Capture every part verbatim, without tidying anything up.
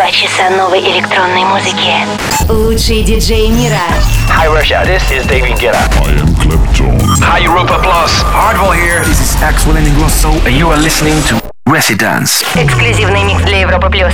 Два часа новой электронной музыки. Лучшие диджеи мира. Hi Russia, this is David Guetta. I am Clapton. Hi Europa Plus. Hardwell here. This is Axel Ingrosso, and you are listening to Residence. Эксклюзивный микс для Европы плюс.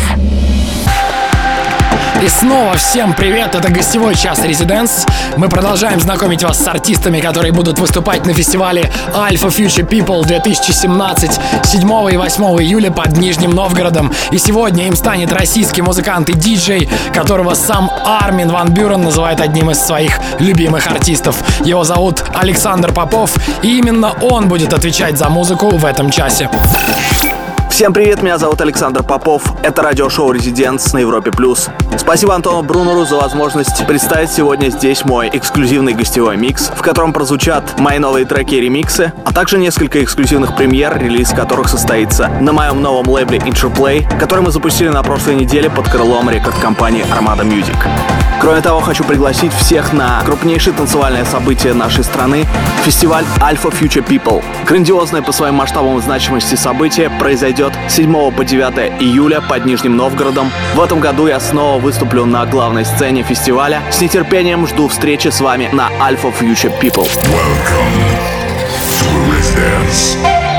И снова всем привет, это гостевой час Residence. Мы продолжаем знакомить вас с артистами, которые будут выступать на фестивале Alpha Future People две тысячи семнадцать седьмого и восьмого июля под Нижним Новгородом. И сегодня им станет российский музыкант и диджей, которого сам Армин ван Бюрен называет одним из своих любимых артистов. Его зовут Александр Попов, и именно он будет отвечать за музыку в этом часе. Всем привет, меня зовут Александр Попов. Это радиошоу «Резиденс» на Европе+. Спасибо Антону Брунеру за возможность представить сегодня здесь мой эксклюзивный гостевой микс, в котором прозвучат мои новые треки и ремиксы, а также несколько эксклюзивных премьер, релиз которых состоится на моем новом лейбле Interplay, который мы запустили на прошлой неделе под крылом рекорд-компании Armada Music. Кроме того, хочу пригласить всех на крупнейшее танцевальное событие нашей страны — фестиваль Alpha Future People. Грандиозное по своим масштабам и значимости событие произойдет с седьмого по девятое июля под Нижним Новгородом. В этом году я снова выступлю на главной сцене фестиваля. С нетерпением жду встречи с вами на Alpha Future People. Welcome to Residence.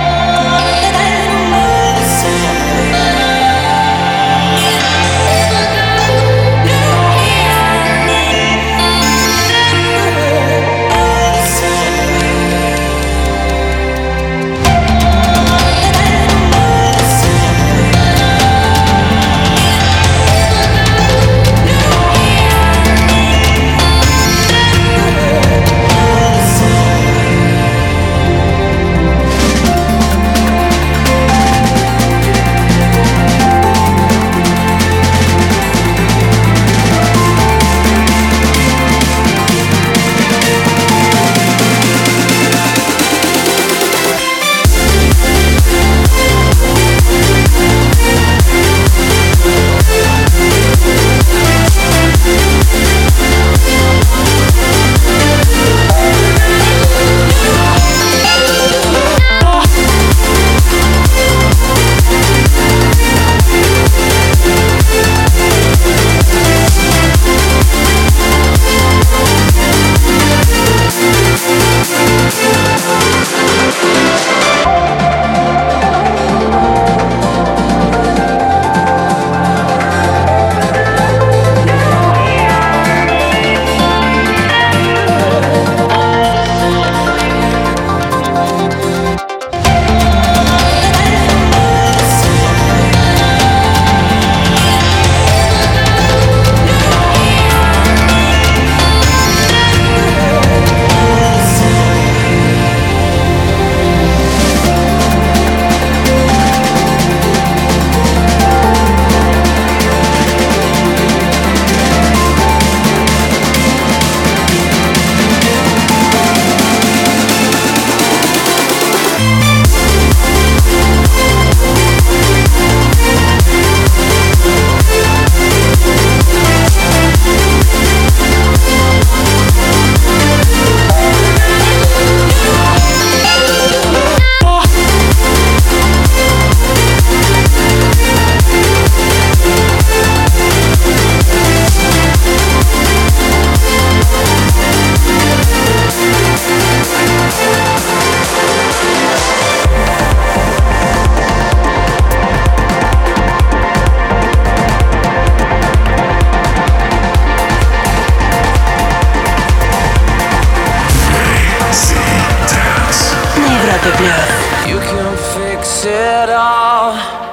You can fix it all,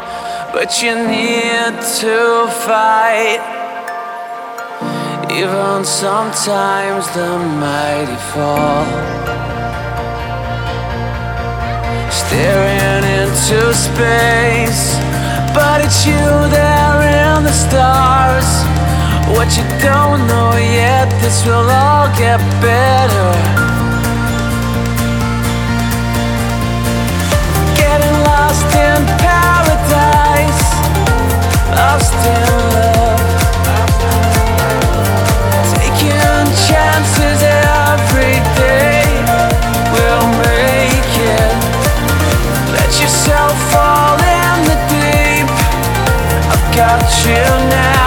but you need to fight. Even sometimes the mighty fall. Staring into space, but it's you there in the stars. What you don't know yet, this will all get better. Lost in paradise, lost in love, taking chances every day. We'll make it. Let yourself fall in the deep. I've got you now.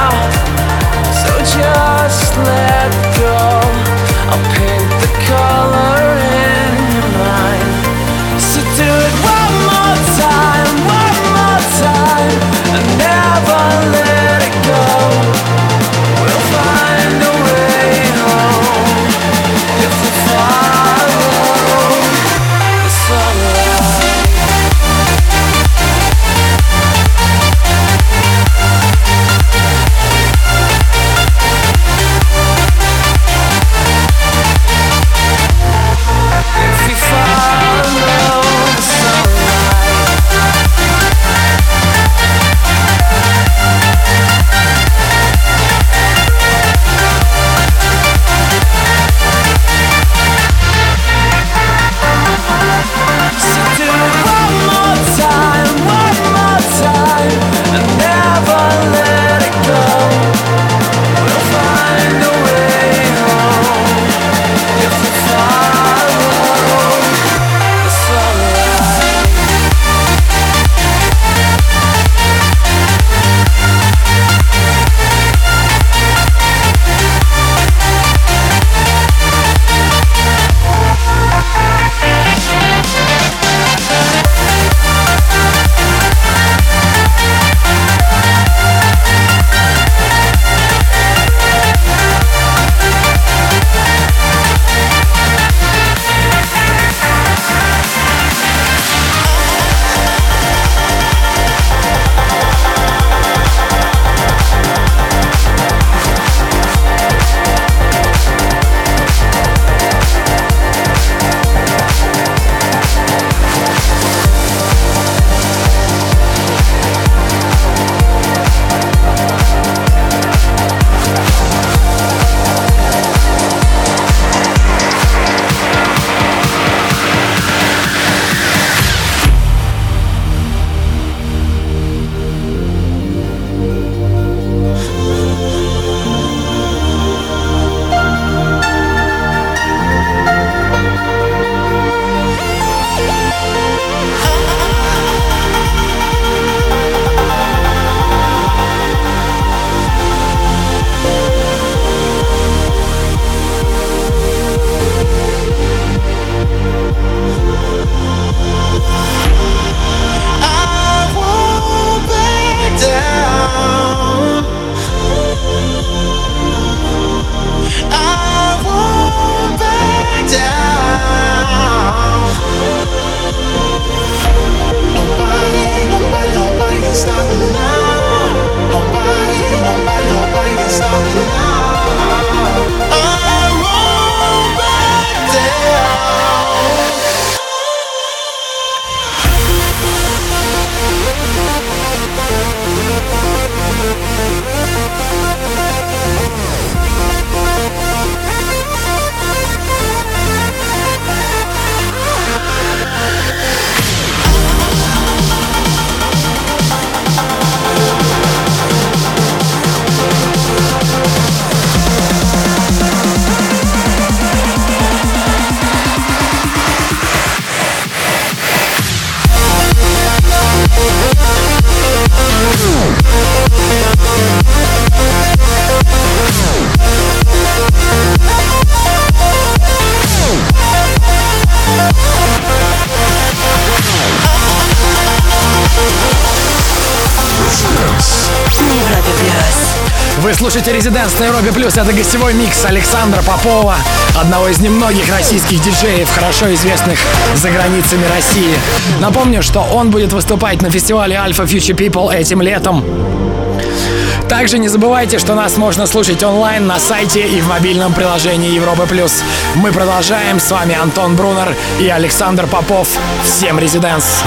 Вы слушаете Резиденс на Европе Плюс. Это гостевой микс Александра Попова, одного из немногих российских диджеев, хорошо известных за границами России. Напомню, что он будет выступать на фестивале Alpha Future People этим летом. Также не забывайте, что нас можно слушать онлайн на сайте и в мобильном приложении Европы Плюс. Мы продолжаем. С вами Антон Брунер и Александр Попов. Всем Резиденс!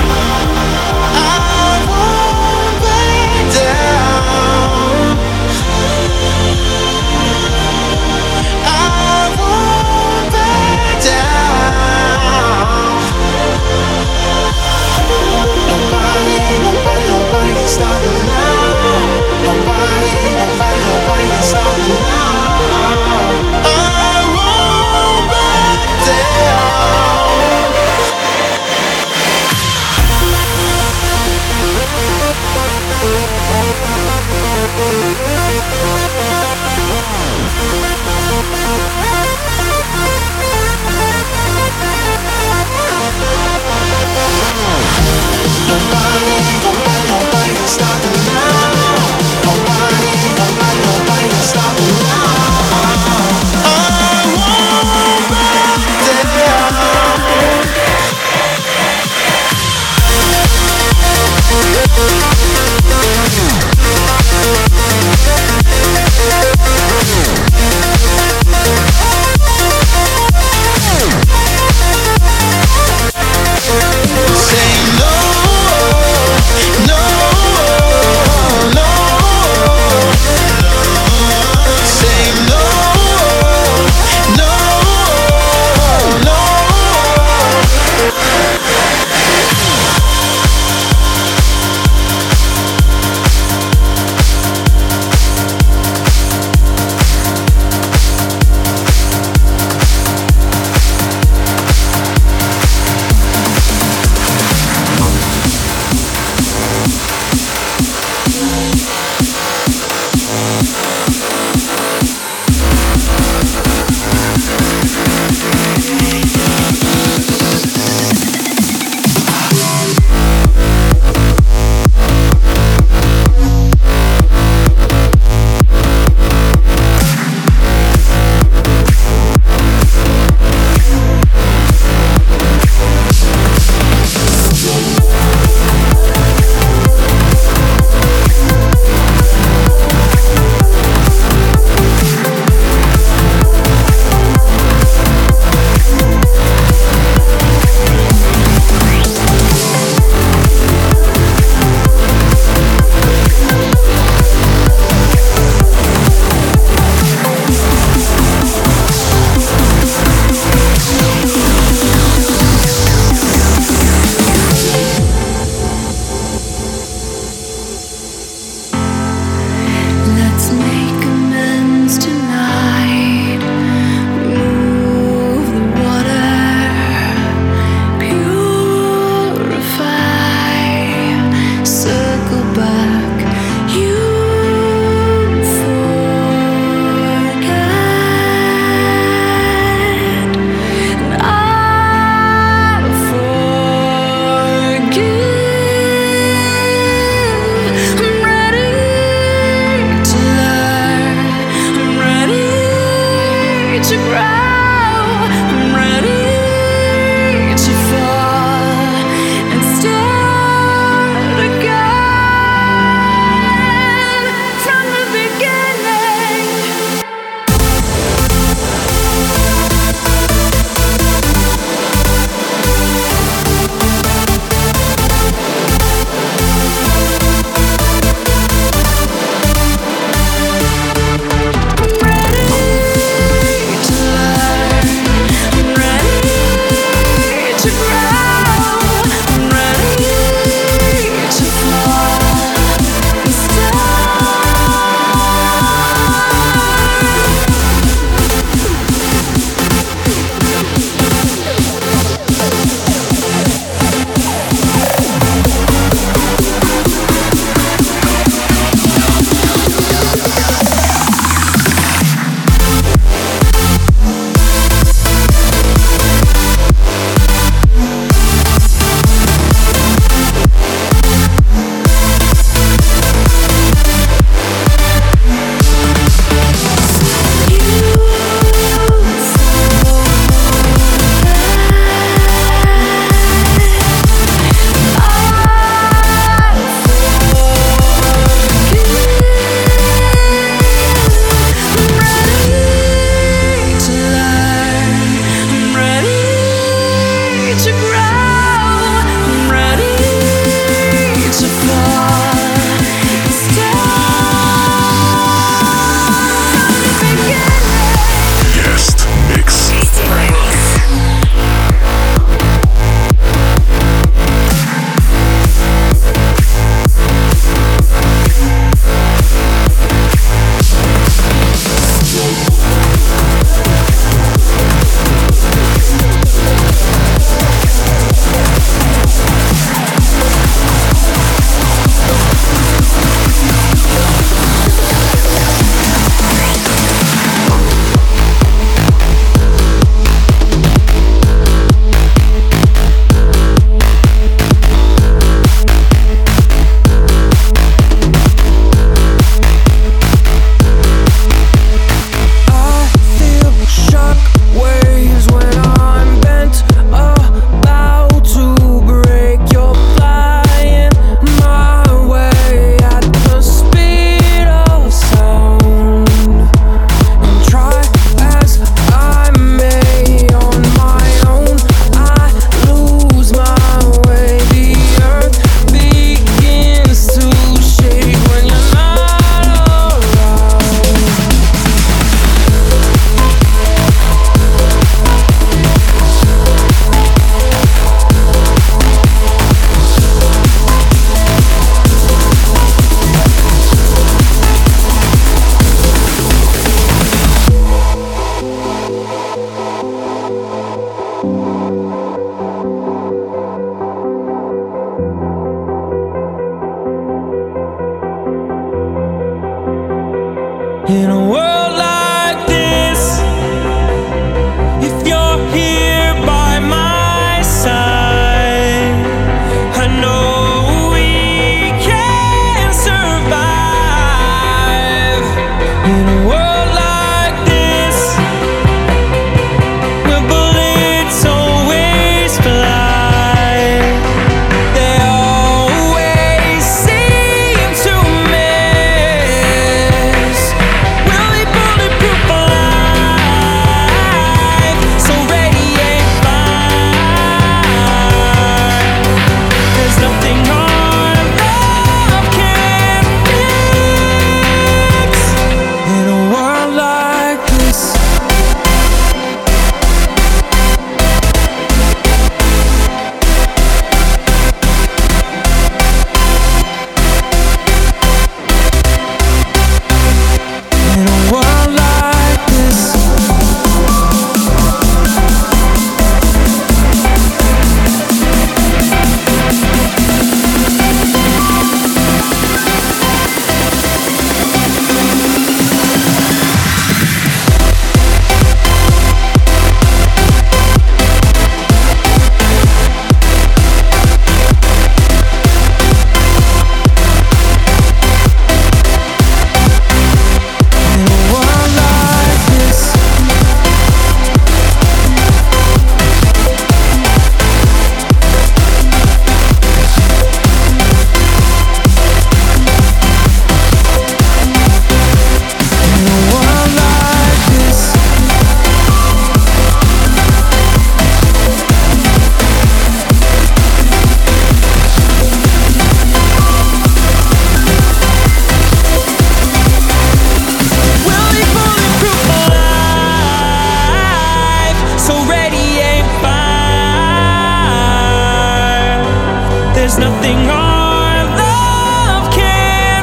there's nothing our love can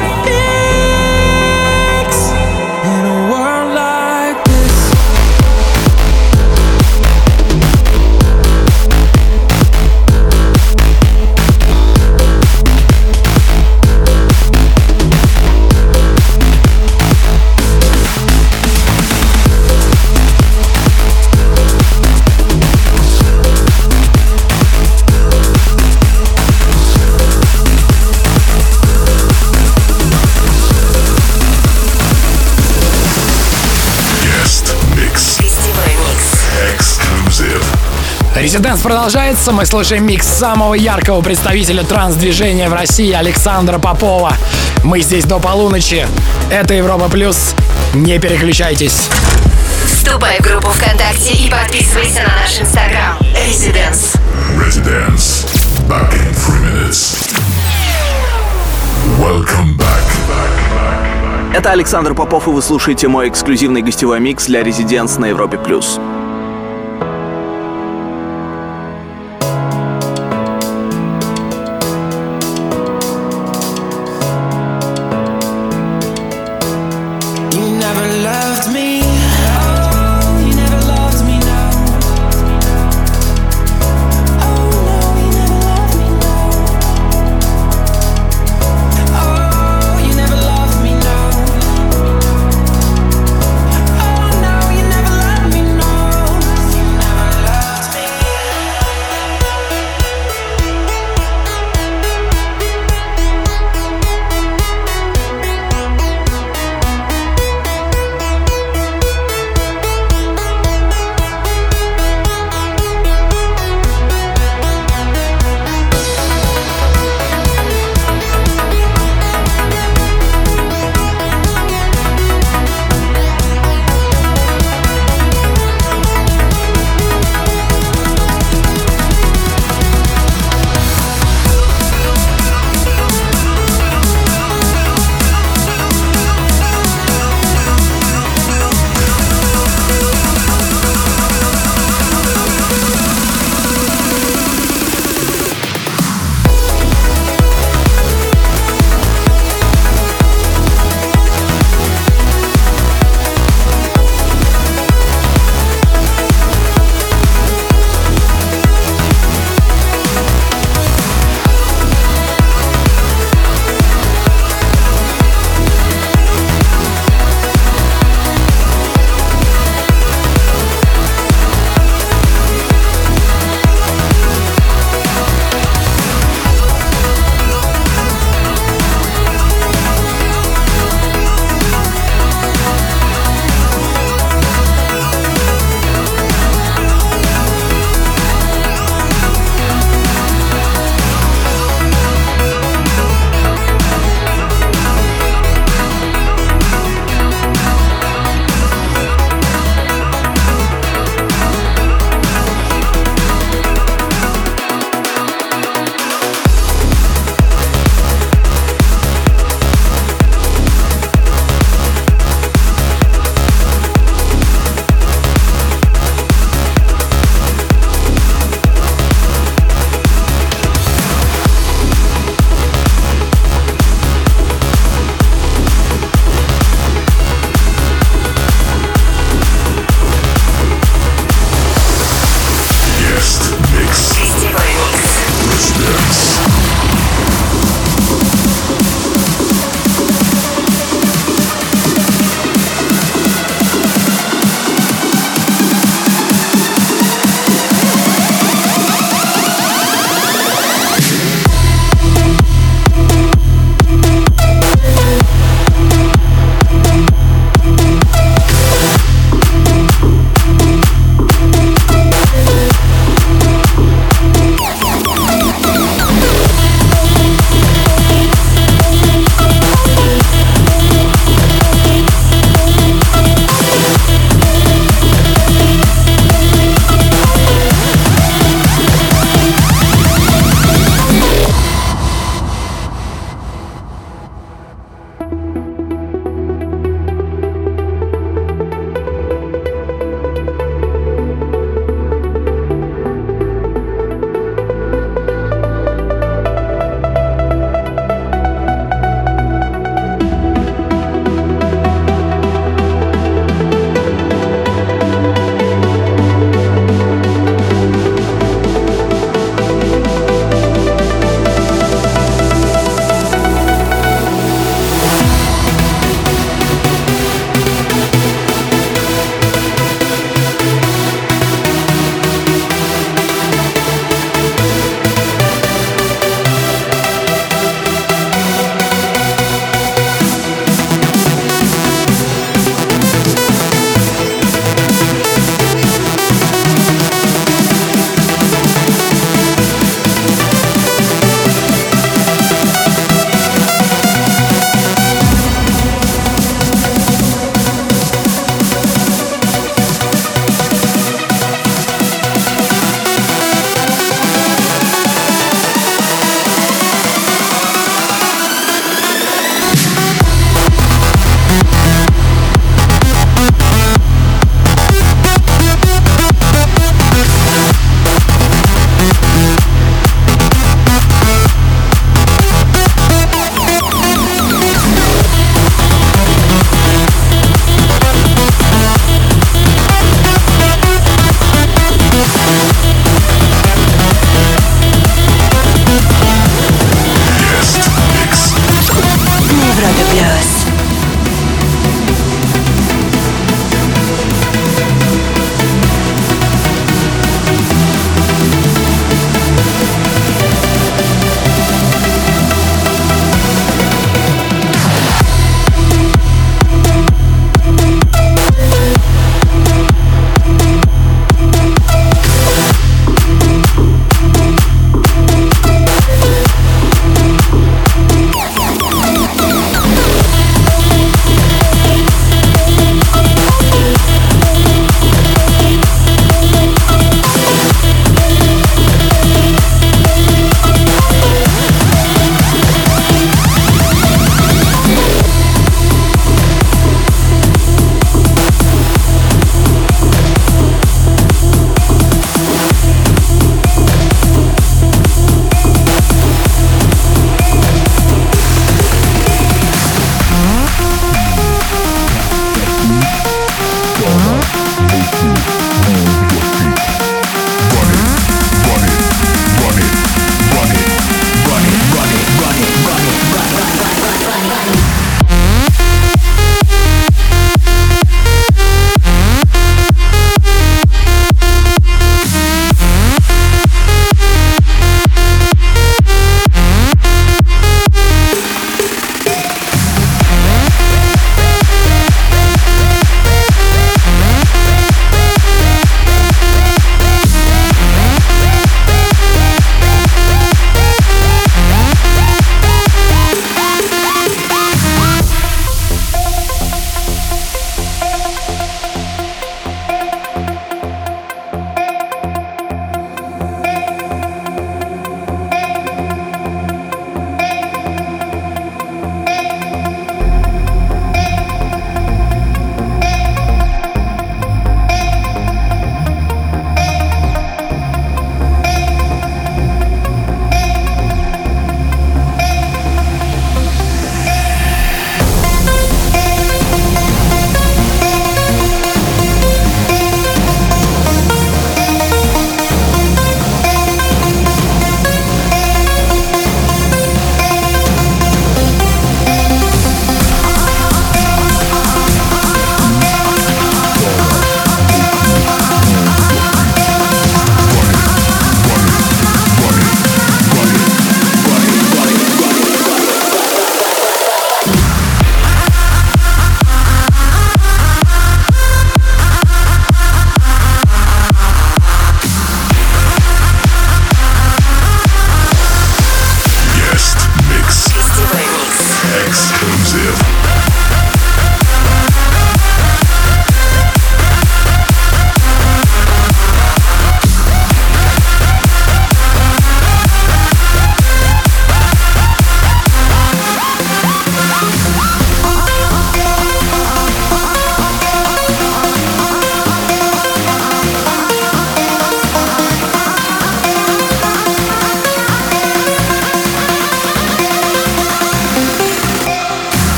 fix in a world like this. Резиденс продолжается. Мы слушаем микс самого яркого представителя транс-движения в России Александра Попова. Мы здесь до полуночи. Это Европа Плюс. Не переключайтесь. Вступай в группу ВКонтакте и подписывайся на наш Инстаграм. Резиденс. Residence. Back in three minutes. Welcome back. Это Александр Попов, и вы слушаете мой эксклюзивный гостевой микс для Резиденс на Европе Плюс. Oh, no, you never loved me, no.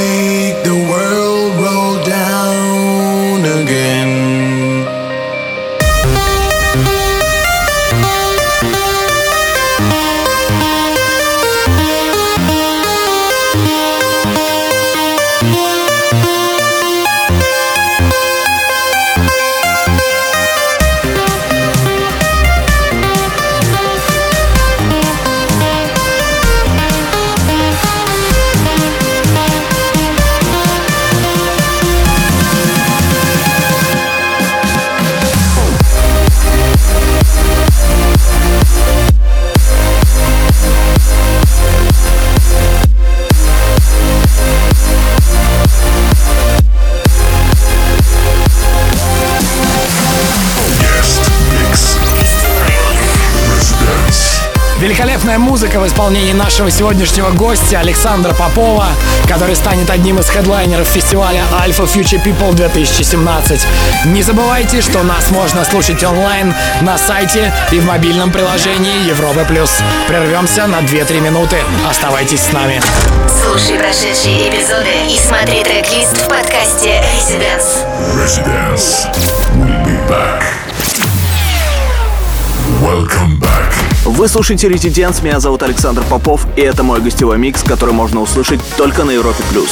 make the world roll down again. Великолепная музыка в исполнении нашего сегодняшнего гостя Александра Попова, который станет одним из хедлайнеров фестиваля Alpha Future People две тысячи семнадцать. Не забывайте, что нас можно слушать онлайн на сайте и в мобильном приложении Европы плюс. Прервемся на две-три минуты. Оставайтесь с нами. Слушай прошедшие эпизоды и смотри трек-лист в подкасте Residence. Residence. We'll be back. Welcome back. Вы слушаете Residence, меня зовут Александр Попов, и это мой гостевой микс, который можно услышать только на Европе плюс.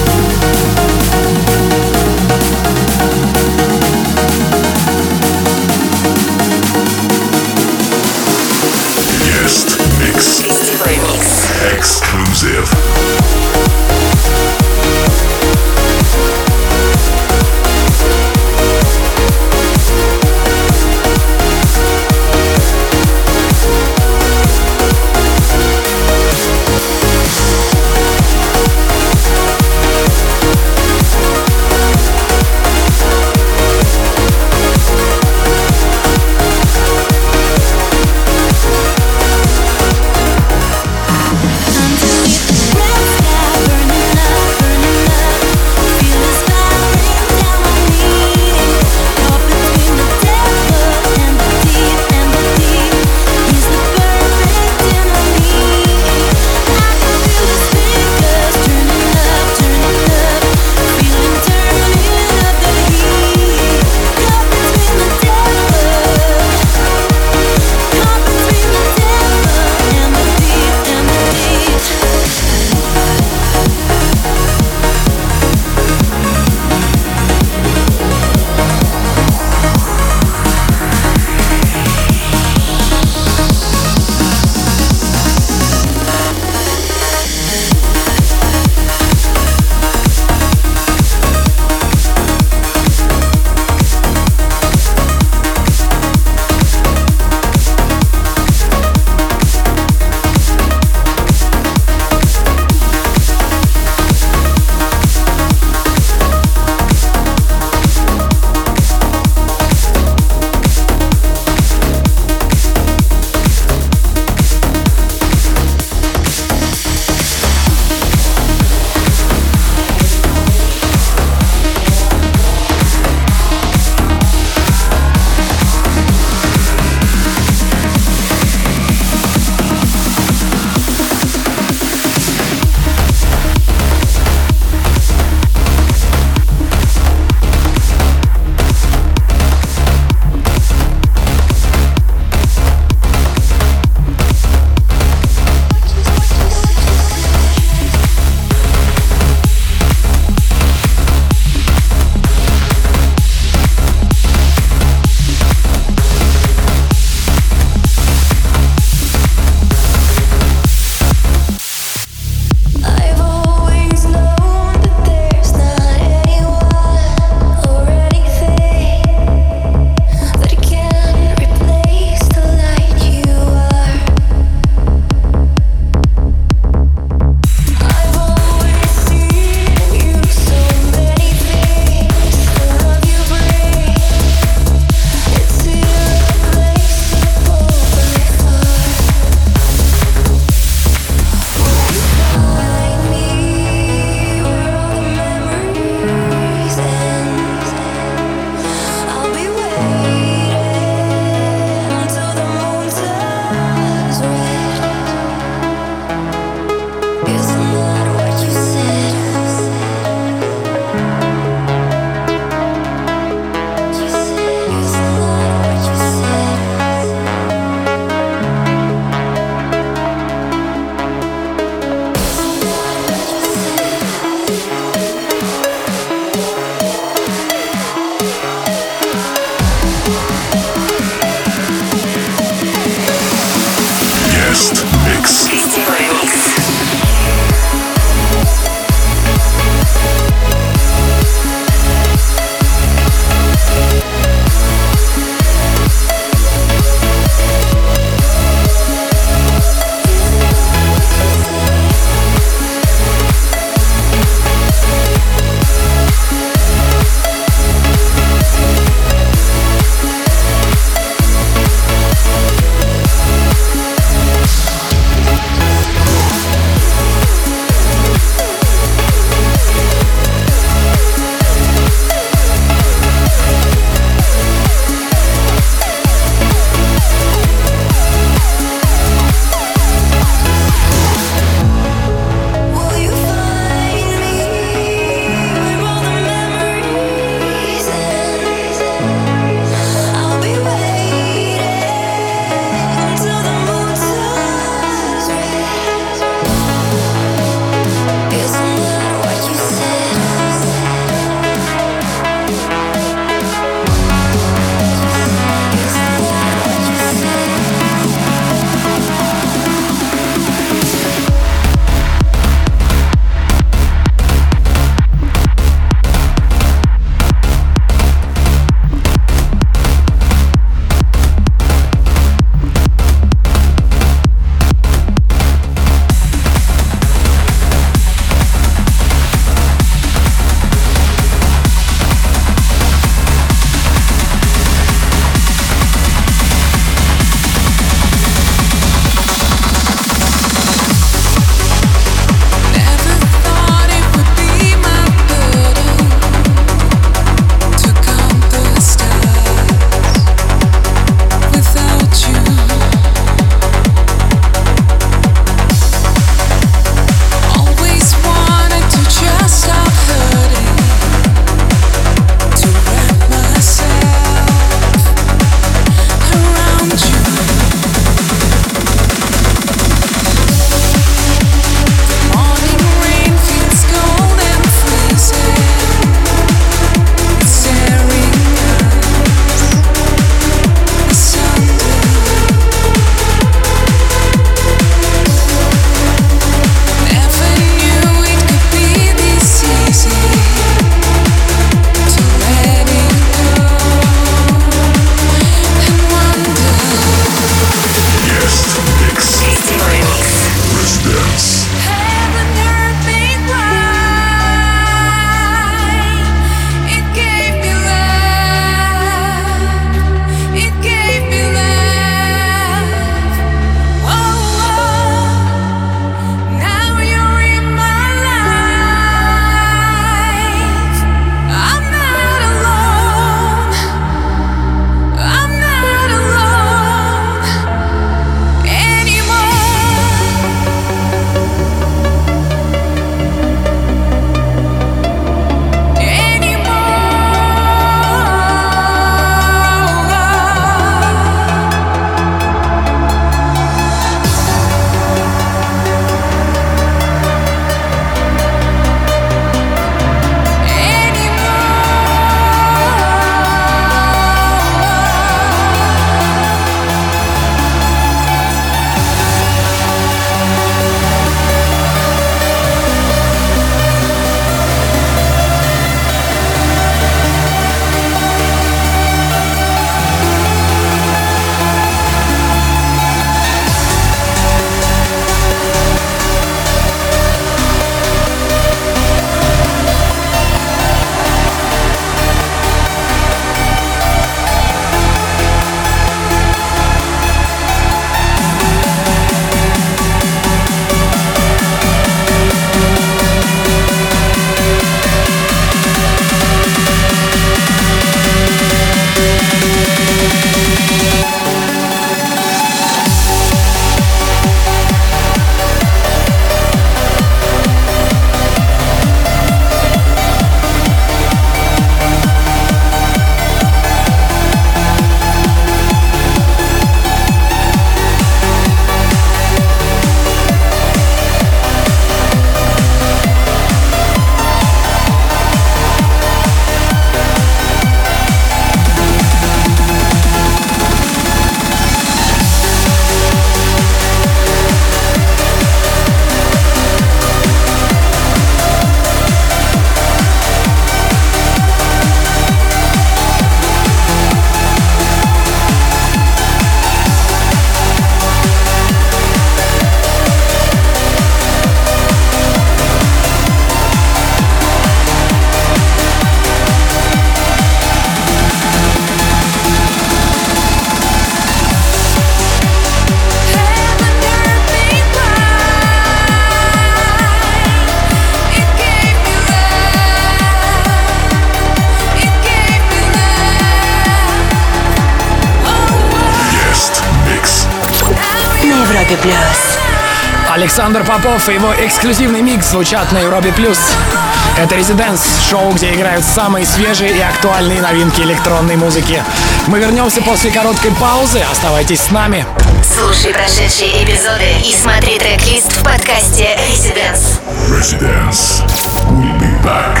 Плюс. Александр Попов и его эксклюзивный микс звучат на Европе Плюс. Это Residence, шоу, где играют самые свежие и актуальные новинки электронной музыки. Мы вернемся после короткой паузы. Оставайтесь с нами. Слушай прошедшие эпизоды и смотри трек-лист в подкасте Residence. Residence. We'll be back.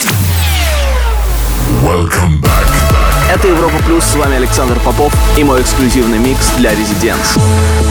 Welcome back. Это Европа Плюс, с вами Александр Попов и мой эксклюзивный микс для Residence.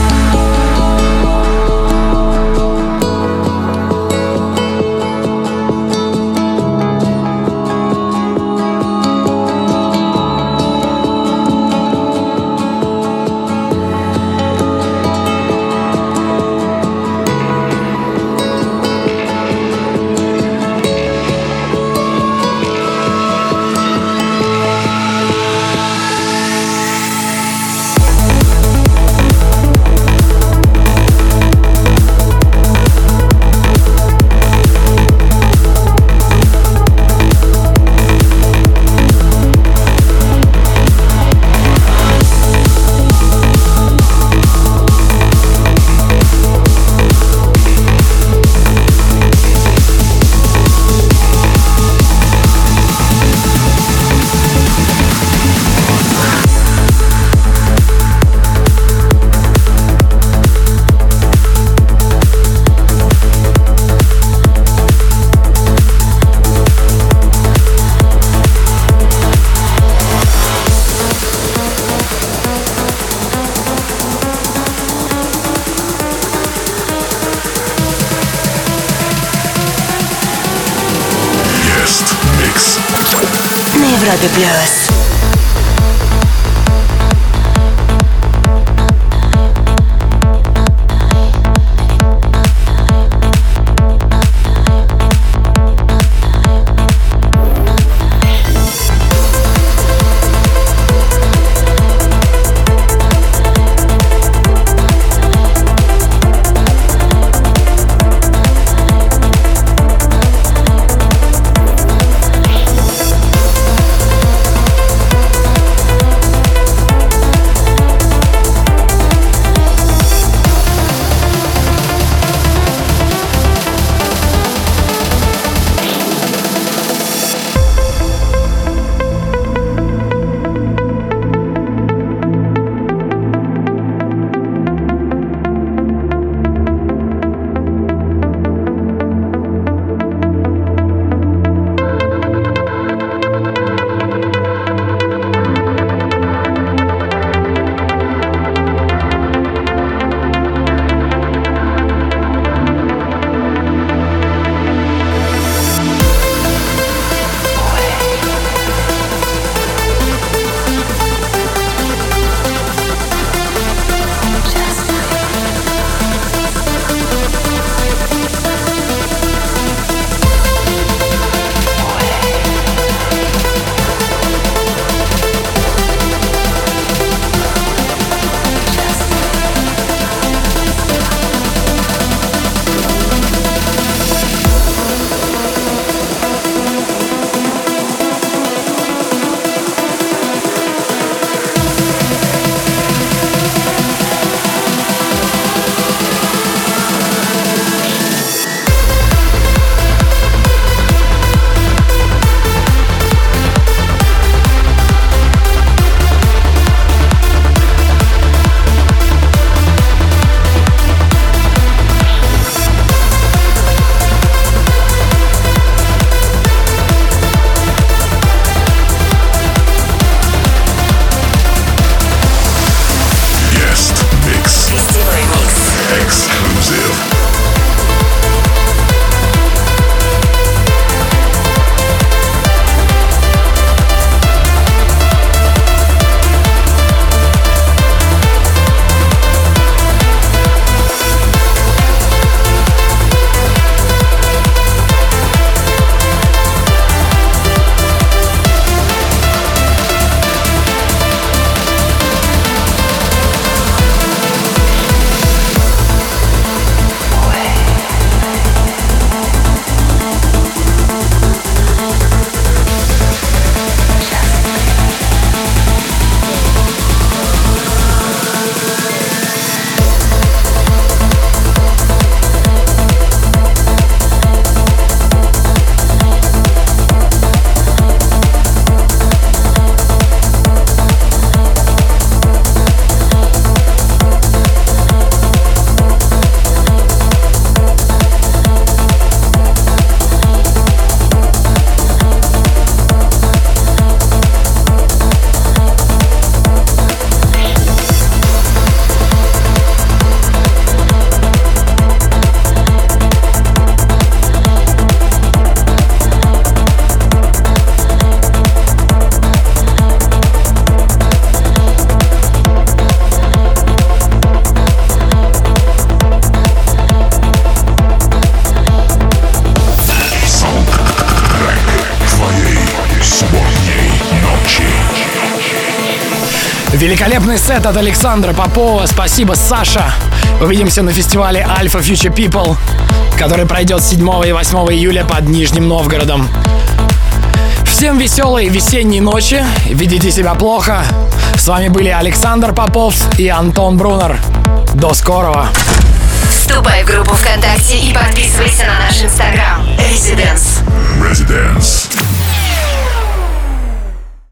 На Европе Плюс. Великолепный сет от Александра Попова. Спасибо, Саша. Увидимся на фестивале Alpha Future People, который пройдет седьмого и восьмого июля под Нижним Новгородом. Всем веселой весенней ночи. Ведите себя плохо. С вами были Александр Попов и Антон Брунер. До скорого. Вступай в группу ВКонтакте и подписывайся на наш Инстаграм. Residence. Residence.